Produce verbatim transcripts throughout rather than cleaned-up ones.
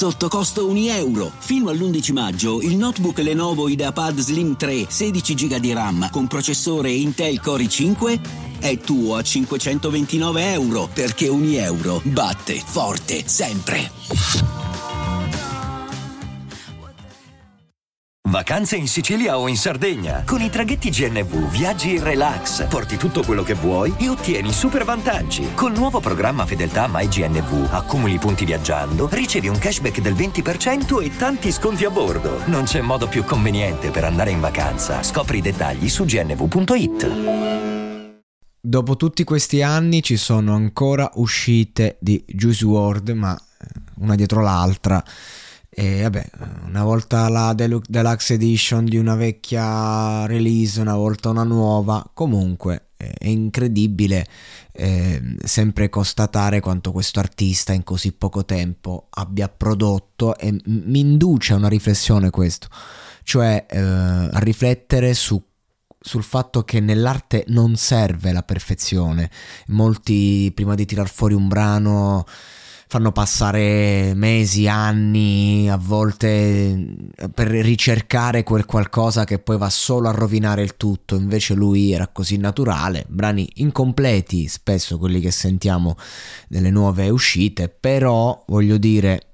sotto costo un euro. Fino all'undici maggio il notebook Lenovo IdeaPad Slim tre sedici giga di RAM con processore Intel Core i cinque è tuo a cinquecentoventinove euro, perché un euro batte forte sempre. Vacanze in Sicilia o in Sardegna. Con i traghetti G N V viaggi in relax, porti tutto quello che vuoi e ottieni super vantaggi. Col nuovo programma Fedeltà MyGNV accumuli punti viaggiando, ricevi un cashback del venti per cento e tanti sconti a bordo. Non c'è modo più conveniente per andare in vacanza. Scopri i dettagli su g n v punto i t. Dopo tutti questi anni ci sono ancora uscite di Juice world, ma una dietro l'altra. E vabbè, una volta la Delu- Deluxe Edition di una vecchia release, una volta una nuova. Comunque è incredibile eh, sempre constatare quanto questo artista in così poco tempo abbia prodotto, e m- mi induce a una riflessione questo, cioè eh, a riflettere su sul fatto che nell'arte non serve la perfezione. Molti prima di tirar fuori un brano fanno passare mesi, anni, a volte per ricercare quel qualcosa che poi va solo a rovinare il tutto. Invece lui era così naturale, brani incompleti spesso quelli che sentiamo nelle nuove uscite, però voglio dire,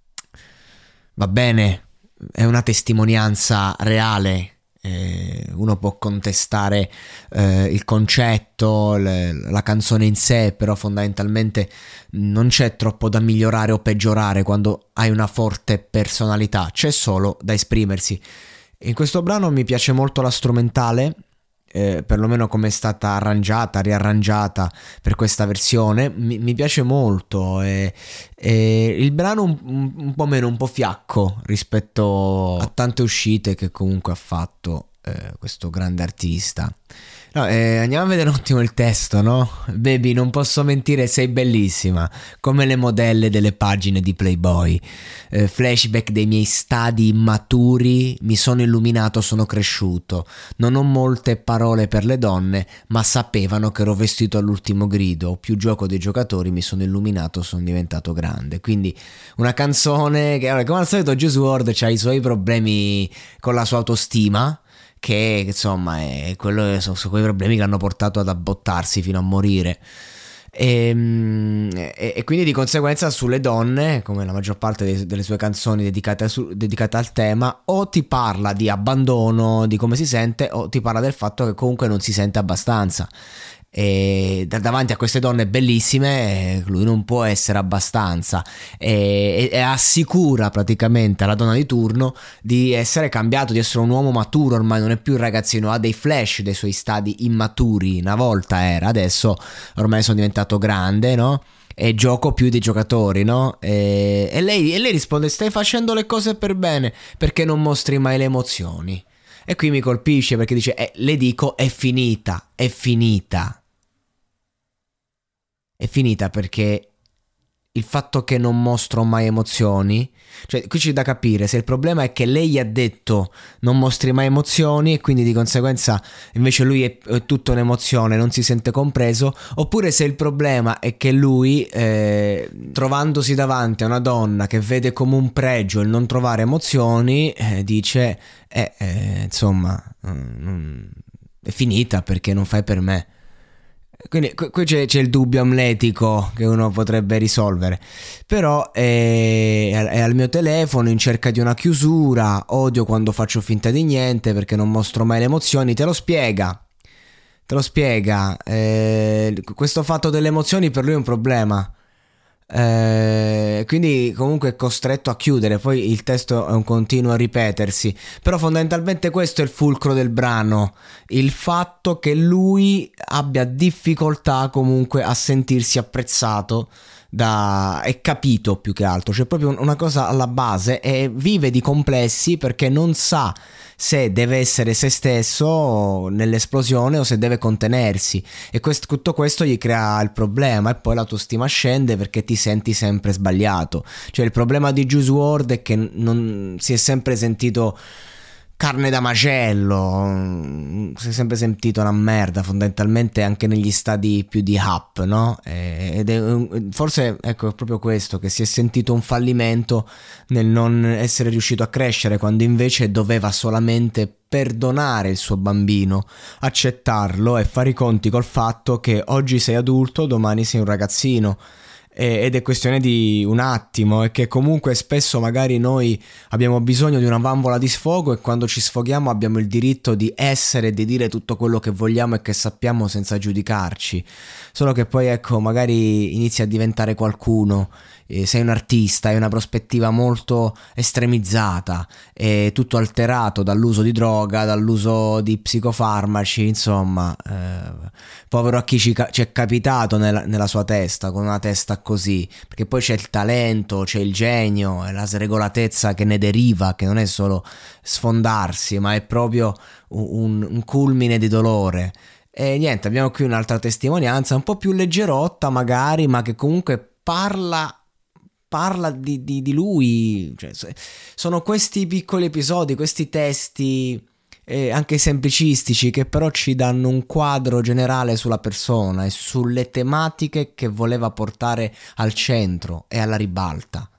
va bene, è una testimonianza reale. Eh, uno può contestare eh, il concetto, le, la canzone in sé, però fondamentalmente non c'è troppo da migliorare o peggiorare quando hai una forte personalità, c'è solo da esprimersi. In questo brano mi piace molto la strumentale, eh, perlomeno come è stata arrangiata, riarrangiata per questa versione, mi, mi piace molto. E, e il brano un, un po' meno, un po' fiacco rispetto a tante uscite che comunque ha fatto eh, questo grande artista. No, eh, andiamo a vedere un attimo il testo, no? Baby, non posso mentire, sei bellissima, come le modelle delle pagine di Playboy. Eh, flashback dei miei stadi immaturi, mi sono illuminato, sono cresciuto. Non ho molte parole per le donne, ma sapevano che ero vestito all'ultimo grido. Ho più gioco dei giocatori, mi sono illuminato, sono diventato grande. Quindi una canzone che, come al solito, Juice world c'ha i suoi problemi con la sua autostima, che insomma è quello, sono, sono quei problemi che hanno portato ad abbottarsi fino a morire, e, e, e quindi di conseguenza sulle donne, come la maggior parte dei, delle sue canzoni dedicate, su, dedicate al tema, o ti parla di abbandono, di come si sente, o ti parla del fatto che comunque non si sente abbastanza. E davanti a queste donne bellissime lui non può essere abbastanza, e, e assicura praticamente alla donna di turno di essere cambiato, di essere un uomo maturo, ormai non è più il ragazzino, ha dei flash dei suoi stadi immaturi, una volta era, adesso ormai sono diventato grande, no? E gioco più dei giocatori, no? E, e, lei, e lei risponde: stai facendo le cose per bene, perché non mostri mai le emozioni. E qui mi colpisce perché dice, eh, le dico è finita, è finita. È finita perché il fatto che non mostro mai emozioni, cioè qui c'è da capire se il problema è che lei ha detto non mostri mai emozioni e quindi di conseguenza invece lui è, è tutta un'emozione, non si sente compreso, oppure se il problema è che lui eh, trovandosi davanti a una donna che vede come un pregio il non trovare emozioni, eh, dice eh, eh, insomma mm, è finita perché non fai per me. Quindi qui c'è, c'è il dubbio amletico che uno potrebbe risolvere, però è, è al mio telefono in cerca di una chiusura, odio quando faccio finta di niente perché non mostro mai le emozioni. Te lo spiega, te lo spiega, eh, questo fatto delle emozioni per lui è un problema, eh, quindi comunque è costretto a chiudere. Poi il testo è un continuo a ripetersi, però fondamentalmente questo è il fulcro del brano, il fatto che lui abbia difficoltà comunque a sentirsi apprezzato da, è capito più che altro, c'è proprio una cosa alla base, e vive di complessi perché non sa se deve essere se stesso nell'esplosione o se deve contenersi, e questo, tutto questo gli crea il problema, e poi l'autostima scende perché ti senti sempre sbagliato. Cioè il problema di Juice world è che non si è sempre sentito carne da macello, si è sempre sentito una merda fondamentalmente anche negli stadi più di up, no? Ed è forse, ecco, è proprio questo, che si è sentito un fallimento nel non essere riuscito a crescere, quando invece doveva solamente perdonare il suo bambino, accettarlo e fare i conti col fatto che oggi sei adulto, domani sei un ragazzino. Ed è questione di un attimo, e che comunque spesso magari noi abbiamo bisogno di una valvola di sfogo, e quando ci sfoghiamo abbiamo il diritto di essere e di dire tutto quello che vogliamo e che sappiamo senza giudicarci. Solo che poi, ecco, magari inizi a diventare qualcuno, eh, sei un artista, hai una prospettiva molto estremizzata, è tutto alterato dall'uso di droga, dall'uso di psicofarmaci, insomma, eh, povero a chi ci, ci è capitato nella, nella sua testa, con una testa così, perché poi c'è il talento, c'è il genio e la sregolatezza che ne deriva, che non è solo sfondarsi, ma è proprio un, un culmine di dolore. E niente, abbiamo qui un'altra testimonianza un po' più leggerotta magari, ma che comunque parla parla di, di, di lui, cioè, sono questi piccoli episodi, questi testi eh, anche semplicistici, che però ci danno un quadro generale sulla persona e sulle tematiche che voleva portare al centro e alla ribalta.